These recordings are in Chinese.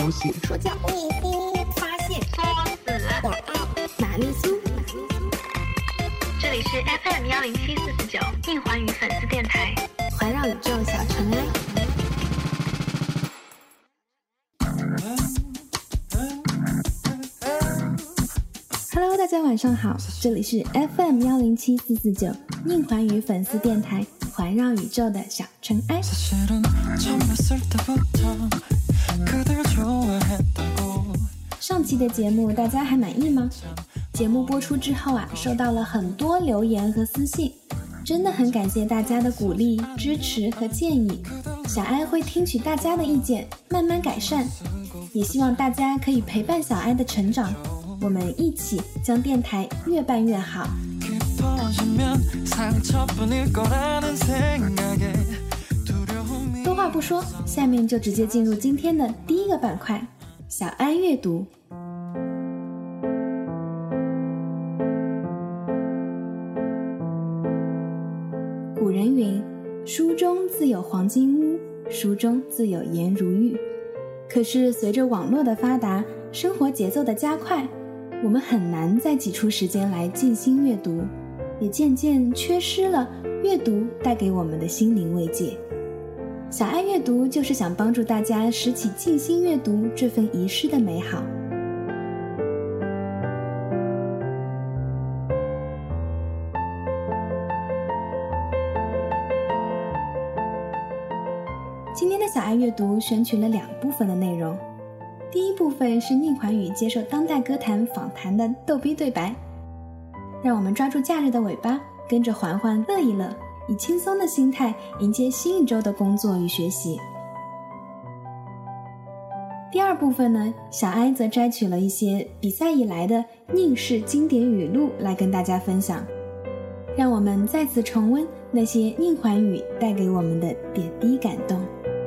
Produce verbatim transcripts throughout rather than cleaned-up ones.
狗血、 说教、 发现、作死、 玛丽苏。 这里是 F M 幺零七四四九硬环宇粉丝电台， 环绕宇宙小尘埃。Hello， 大家晚上好，这里是 F M 幺零七四四九硬环宇粉丝电台，环绕宇宙的小尘埃。上期的节目大家还满意吗？节目播出之后啊，收到了很多留言和私信，真的很感谢大家的鼓励、支持和建议。小艾会听取大家的意见，慢慢改善，也希望大家可以陪伴小艾的成长，我们一起将电台越办越好。多话不说，下面就直接进入今天的第一个板块，小艾阅读。古人云，书中自有黄金屋，书中自有颜如玉。可是随着网络的发达，生活节奏的加快，我们很难再挤出时间来静心阅读，也渐渐缺失了阅读带给我们的心灵慰藉。小爱阅读就是想帮助大家拾起静心阅读这份遗失的美好。今天的小爱阅读选取了两部分的内容，第一部分是宁环宇接受当代歌坛访谈的逗逼对白，让我们抓住假日的尾巴，跟着环环乐一乐，以轻松的心态迎接新一周的工作与学习。第二部分呢，小艾则摘取了一些比赛以来的宁氏经典语录来跟大家分享，让我们再次重温那些宁环宇带给我们的点滴感动。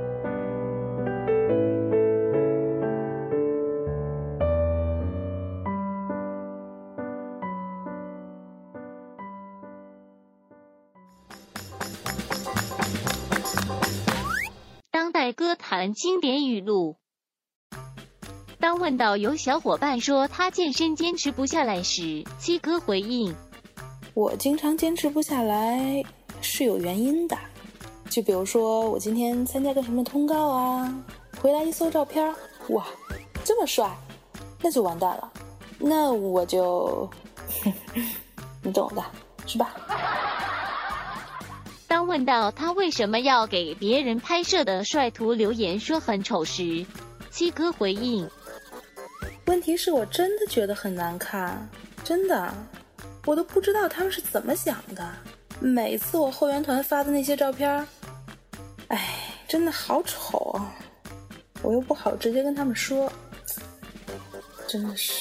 当代歌坛经典语录。当问到有小伙伴说他健身坚持不下来时，七哥回应： 我经常坚持不下来是有原因的，就比如说我今天参加个什么通告啊，回来一搜照片，哇，这么帅，那就完蛋了，那我就你懂的，是吧？ 当问到他为什么要给别人拍摄的帅图留言说很丑时，七哥回应： 问题是我真的觉得很难看，真的，我都不知道他们是怎么想的。每次我后援团发的那些照片，哎，真的好丑啊！我又不好直接跟他们说，真的是。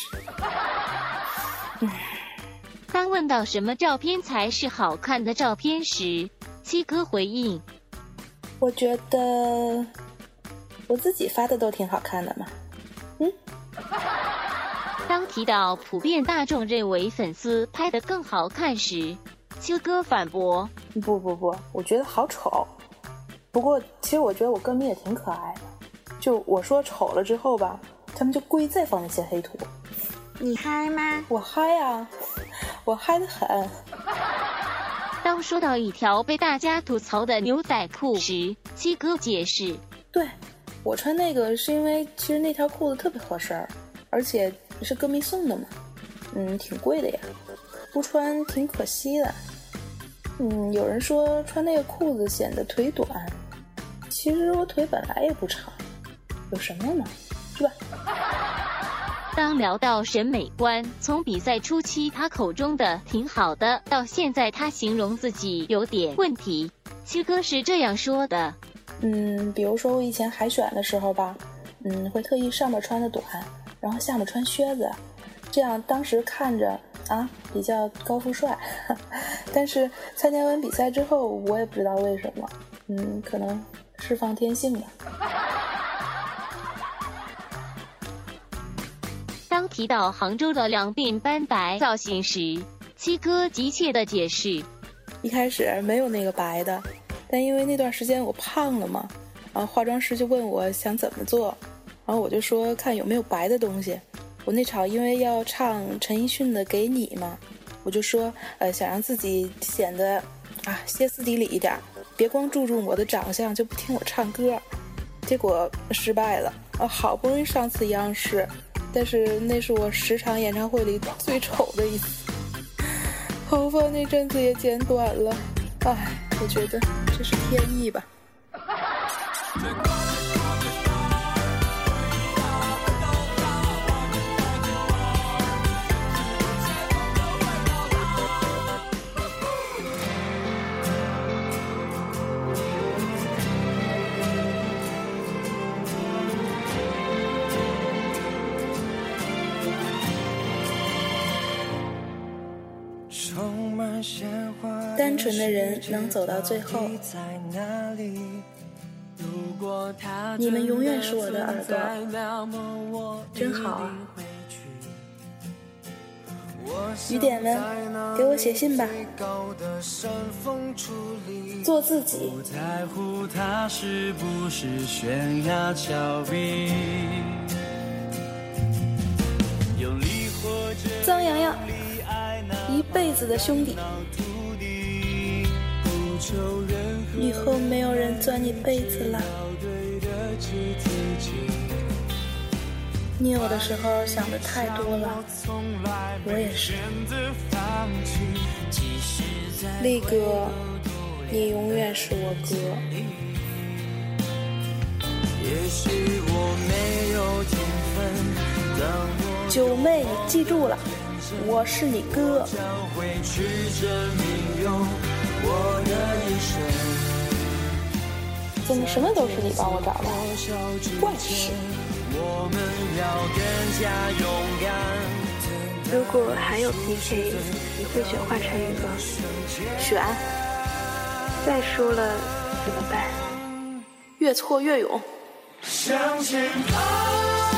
当问到什么照片才是好看的照片时，七哥回应： 我觉得我自己发的都挺好看的嘛。嗯。 当提到普遍大众认为粉丝拍得更好看时，七哥反驳： 不不不，我觉得好丑。不过其实我觉得我歌迷也挺可爱的，就我说丑了之后吧，他们就故意再放那些黑图。 你嗨吗？ 我嗨啊，我嗨得很。 当说到一条被大家吐槽的牛仔裤时，七哥解释： 对，我穿那个是因为其实那条裤子特别合身，而且是歌迷送的嘛，嗯，挺贵的呀，不穿挺可惜的。嗯，有人说穿那个裤子显得腿短，其实我腿本来也不长，有什么呢，是吧？ 当聊到审美观，从比赛初期他口中的挺好的，到现在他形容自己有点问题，七哥是这样说的： 嗯，比如说我以前海选的时候吧，嗯，会特意上面穿的短，然后下面穿靴子，这样当时看着啊比较高富帅。但是参加完比赛之后，我也不知道为什么，嗯，可能释放天性吧。 当提到杭州的两鬓斑白造型时，七哥急切地解释： 一开始没有那个白的，但因为那段时间我胖了嘛，啊，化妆师就问我想怎么做， 然后我就说看有没有白的东西。我那场因为要唱陈奕迅的《给你》嘛，我就说呃想让自己显得啊歇斯底里一点，别光注重我的长相就不听我唱歌。结果失败了啊，好不容易上次央视，但是那是我十场演唱会里最丑的一次，头发那阵子也剪短了。唉，我觉得这是天意吧。单纯的人能走到最后，你们永远是我的耳朵，真好啊！雨点们，给我写信吧。做自己。张洋洋，一辈子的兄弟。以后没有人钻你被子了。你有的时候想的太多了，我也是。力哥，你永远是我哥。九妹，你记住了，我是你哥。怎么什么都是你帮我找的？怪事。如果还有 P K， 你会选华晨宇吗？选。再输了怎么办？越挫越勇。向前跑。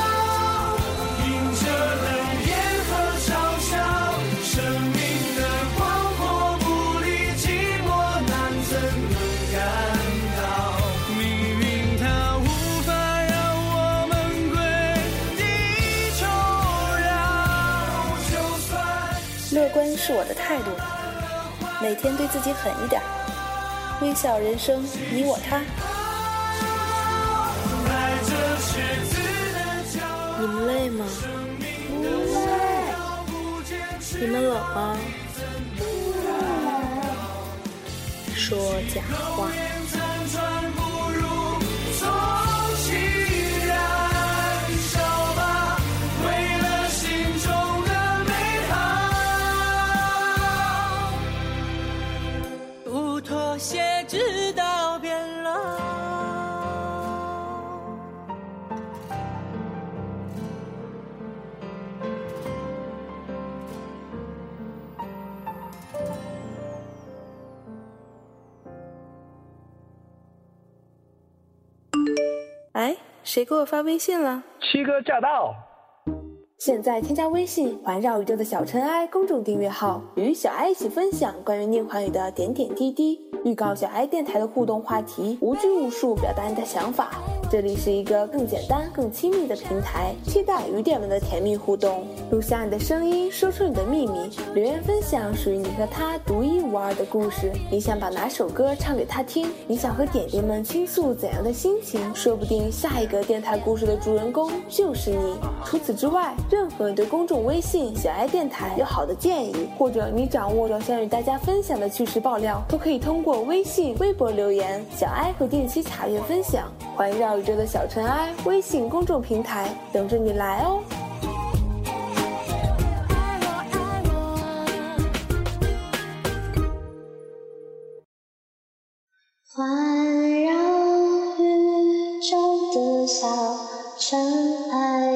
乐观是我的态度，每天对自己狠一点，微笑人生，你我他。你们累吗？不累。你们冷吗？说假话。直到变老。哎，谁给我发微信了？ 七哥驾到！ 现在添加微信环绕宇宙的小尘埃公众订阅号，与小爱一起分享关于念华语的点点滴滴，预告小爱电台的互动话题，无拘无束表达你的想法。这里是一个更简单更亲密的平台，期待雨点们的甜蜜互动。录下你的声音，说出你的秘密，留言分享属于你和他独一无二的故事。你想把哪首歌唱给他听？你想和点点们倾诉怎样的心情？说不定下一个电台故事的主人公就是你。除此之外，任何你对公众微信小爱电台有好的建议，或者你掌握着想与大家分享的趣事爆料，都可以通过微信微博留言，小爱会定期查阅分享。环绕宇宙的小尘埃微信公众平台等着你来哦。 环绕宇宙的小尘埃，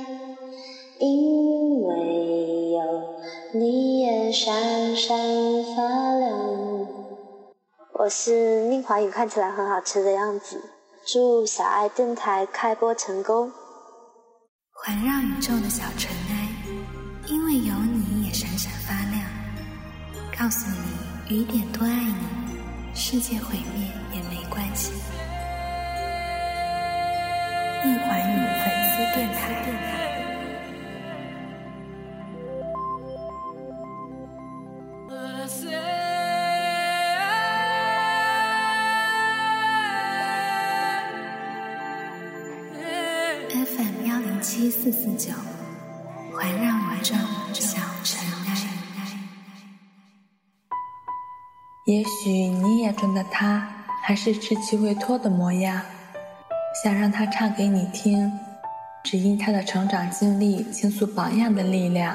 因为有你也闪闪发亮。我是宁华语，看起来很好吃的样子。祝小爱电台开播成功。 环绕宇宙的小尘埃，因为有你也闪闪发亮。告诉你，雨点多爱你，世界毁灭也没关系。宁华语粉丝电台。F M 幺零七四四九，环绕宇宙小尘埃。 也许你眼中的他还是稚气未脱的模样，想让他唱给你听，只因他的成长经历倾诉榜样的力量。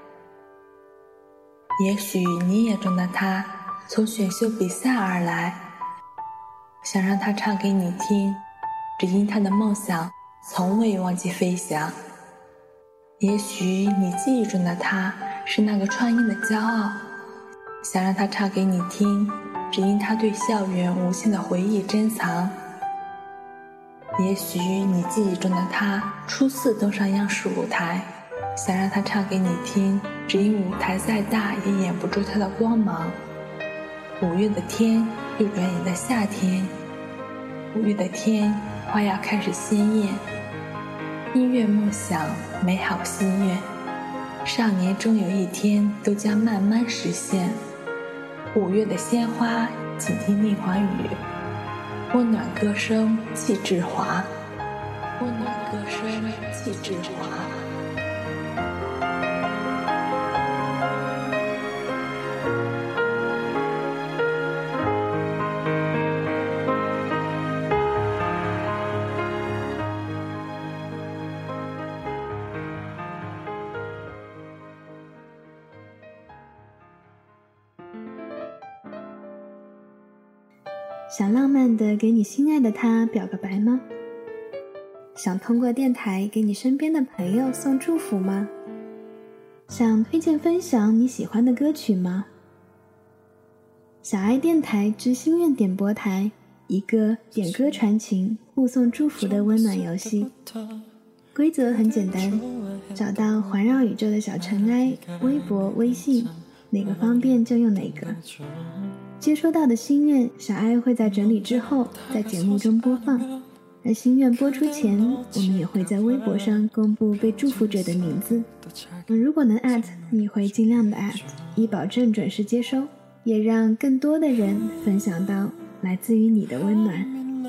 也许你眼中的他从选秀比赛而来，想让他唱给你听，只因他的梦想从未忘记飞翔。也许你记忆中的他是那个创意的骄傲，想让他唱给你听，只因他对校园无限的回忆珍藏。也许你记忆中的他初次登上央视舞台，想让他唱给你听，只因舞台再大也掩不住他的光芒。五月的天，又转眼的夏天，五月的天，花要开始鲜艳。音乐梦想，美好心愿，少年终有一天都将慢慢实现。五月的鲜花，请听令华语，温暖歌声气质华，温暖歌声气质华。 想浪漫地给你心爱的他表个白吗？想通过电台给你身边的朋友送祝福吗？想推荐分享你喜欢的歌曲吗？小爱电台之心愿点播台，一个点歌传情互送祝福的温暖游戏。规则很简单，找到环绕宇宙的小尘埃，微博微信哪个方便就用哪个。接收到的心愿，小爱会在整理之后在节目中播放，而心愿播出前，我们也会在微博上公布被祝福者的名字。如果能 at， 你会尽量的 at， 以保证准时接收，也让更多的人分享到来自于你的温暖。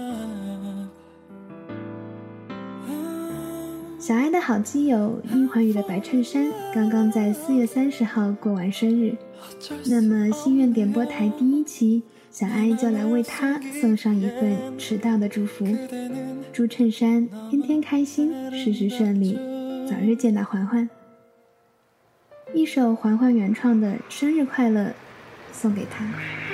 小爱的好基友殷怀宇的白衬衫刚刚在四月三十号过完生日，那么心愿点播台第一期，小爱就来为他送上一份迟到的祝福，祝衬衫天天开心，事事顺利，早日见到环环。一首环环原创的生日快乐送给他。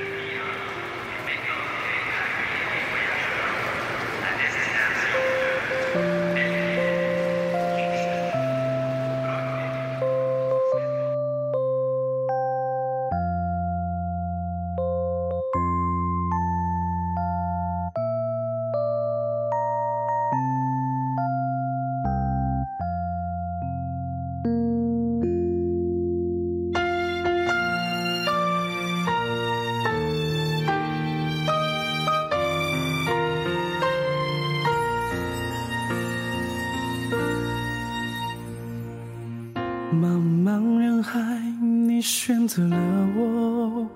茫茫人海，你选择了我，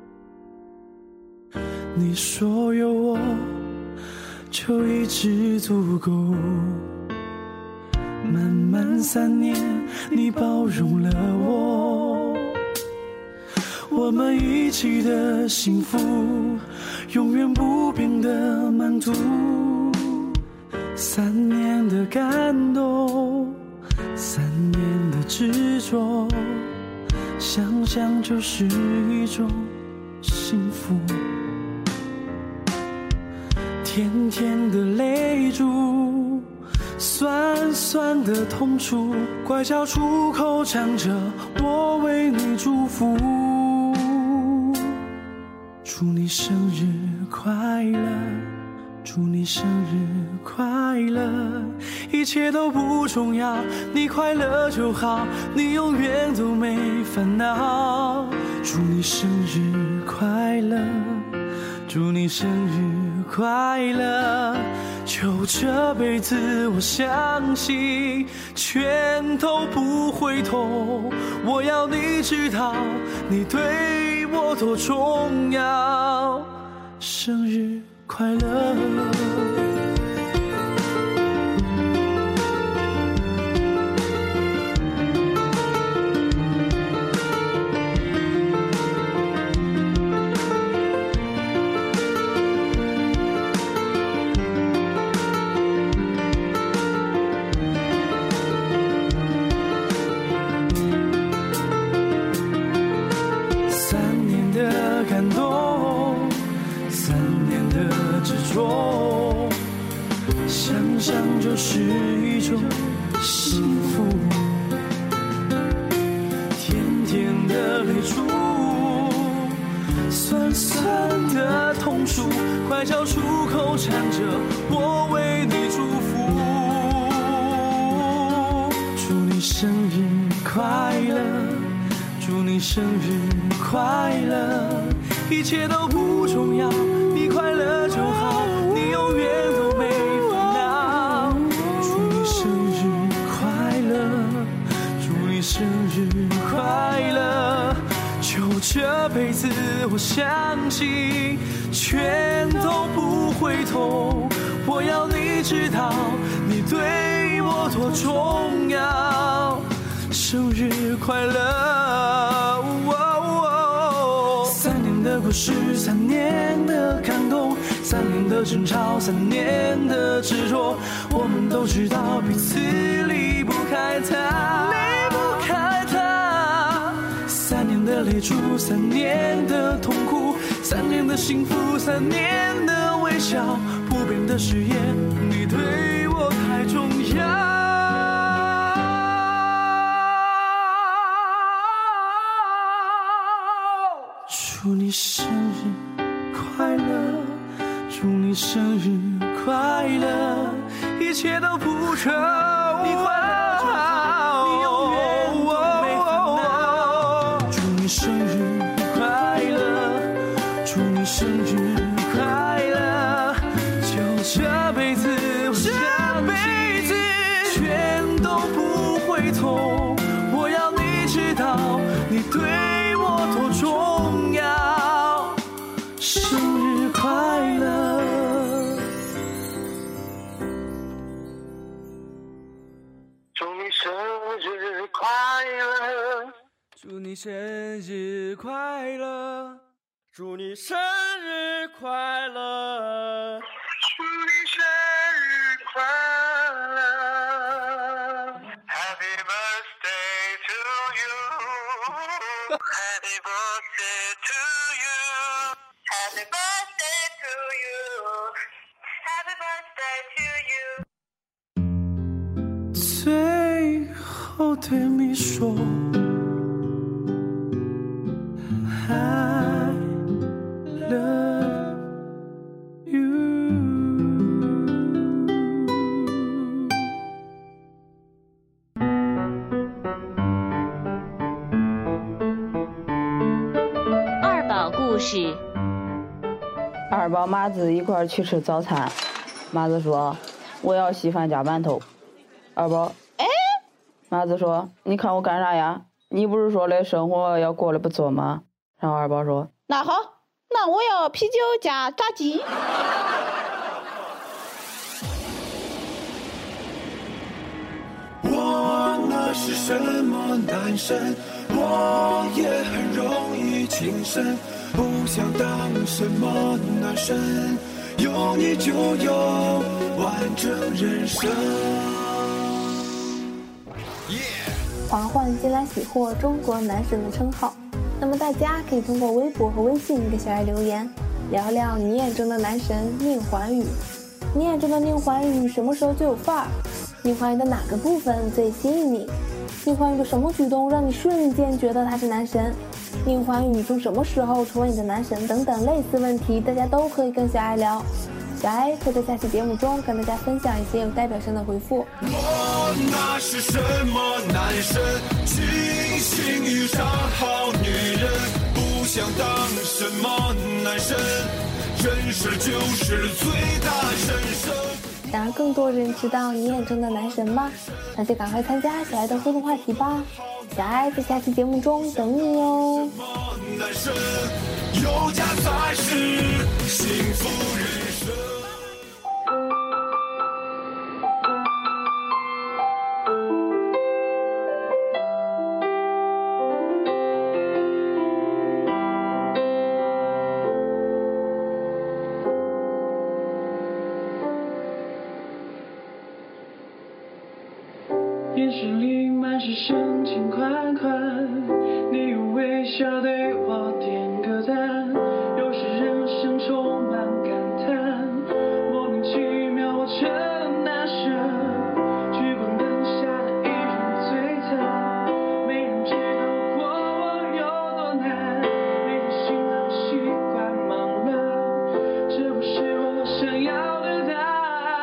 你说有我就一直足够。漫漫三年，你包容了我，我们一起的幸福永远不变的满足。三年的感动，三年的执着，想想就是一种幸福。甜甜的泪珠，酸酸的痛楚，乖巧出口唱着我为你祝福。祝你生日快乐，祝你生日快乐，一切都不重要，你快乐就好，你永远都没烦恼。祝你生日快乐，祝你生日快乐， 就这辈子我相信全都不回头，我要你知道你对我多重要，生日快乐。想想就是一种幸福，甜甜的泪珠，酸酸的痛楚，快叫出口唱着我为你祝福。祝你生日快乐，祝你生日快乐，一切都不重要，你快乐就好，你永远都没烦恼。祝你生日快乐，祝你生日快乐，就这辈子我相信全都不回头，我要你知道你对我多重要，生日快乐。三年的故事，三年的感动，三年的争吵，三年的执着，我们都知道彼此离不开他，离不开他。三年的泪珠，三年的痛苦，三年的幸福，三年的微笑，不变的誓言，你对我太重要。祝你生日快乐，祝你生日快乐，一切都不愁，你快乐就好，你永远都没烦恼。祝你生日快乐，祝你生日快乐，就这辈子，这辈子全都不回头，我要你知道你对我多重要，生日快乐。 祝你生日快乐， 祝你生日快乐， 祝你生日快乐， 祝你生日快乐。Happy birthday to you. Happy birthday to you. Happy birthday to you. Happy birthday to you. 最后对你说 I love you。 二宝故事。 二宝麻子一块儿去吃早餐，麻子说我要稀饭加馒头。二宝哎，麻子说你看我干啥呀？你不是说的生活要过得不错吗？然后二宝说那好，那我要啤酒加炸鸡。 我那是什么男生？我也很容易轻生，不想当什么男生，有你就有完整人生。 嬛嬛近来喜获中国男神的称号，那么大家可以通过微博和微信给小爱留言，聊聊你眼中的男神宁桓宇。你眼中的宁桓宇什么时候最有范儿？宁桓宇的哪个部分最吸引你？宁桓宇的什么举动让你瞬间觉得他是男神？宁桓宇从什么时候成为你的男神？等等类似问题，大家都可以跟小爱聊。小爱会在下期节目中跟大家分享一些有代表性的回复。 我那是什么男神？庆幸遇上好女人，不想当什么男神，人生就是最大人生。 想让更多人知道你眼中的男神吗？那就赶快参加小爱的互动话题吧，小爱在下期节目中等你哟。 男神有家才是幸福人生。 眼神里满是深情款款，你用微笑对我点个赞。有时人生充满感叹，莫名其妙我成了男神，聚光灯下的一人璀璨，没人知道过往有多难，每天醒来习惯忙乱，这不是我想要的答案。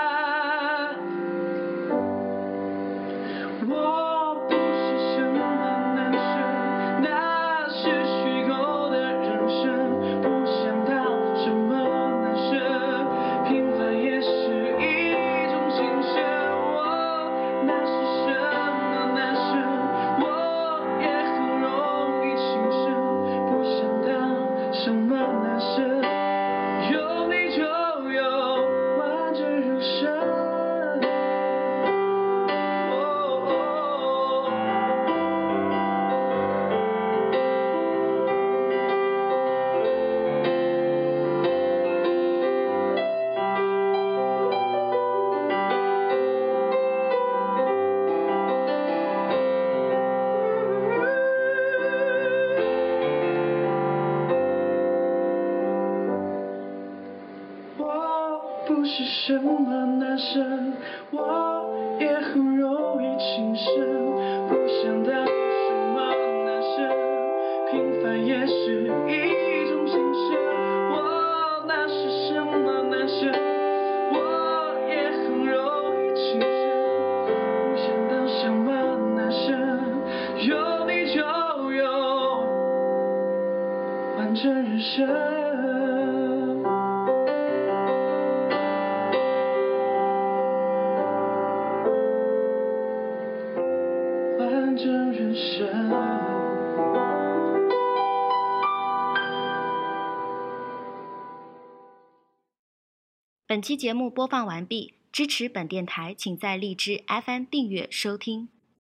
我不是什么男神，那是虚构的人生，不想当什么男神，平凡也是一种精神。我那是什么男神，我也很容易轻生，不想当什么男神，有你就有完整人生。不是什么男神，我也很容易轻生，不想当什么男神，平凡也是一种精神。我那是什么男神，我也很容易轻生，不想当什么男神，有你就有完整人生。完整人生。 本期节目播放完毕，支持本电台，请在荔枝 F M 订阅收听。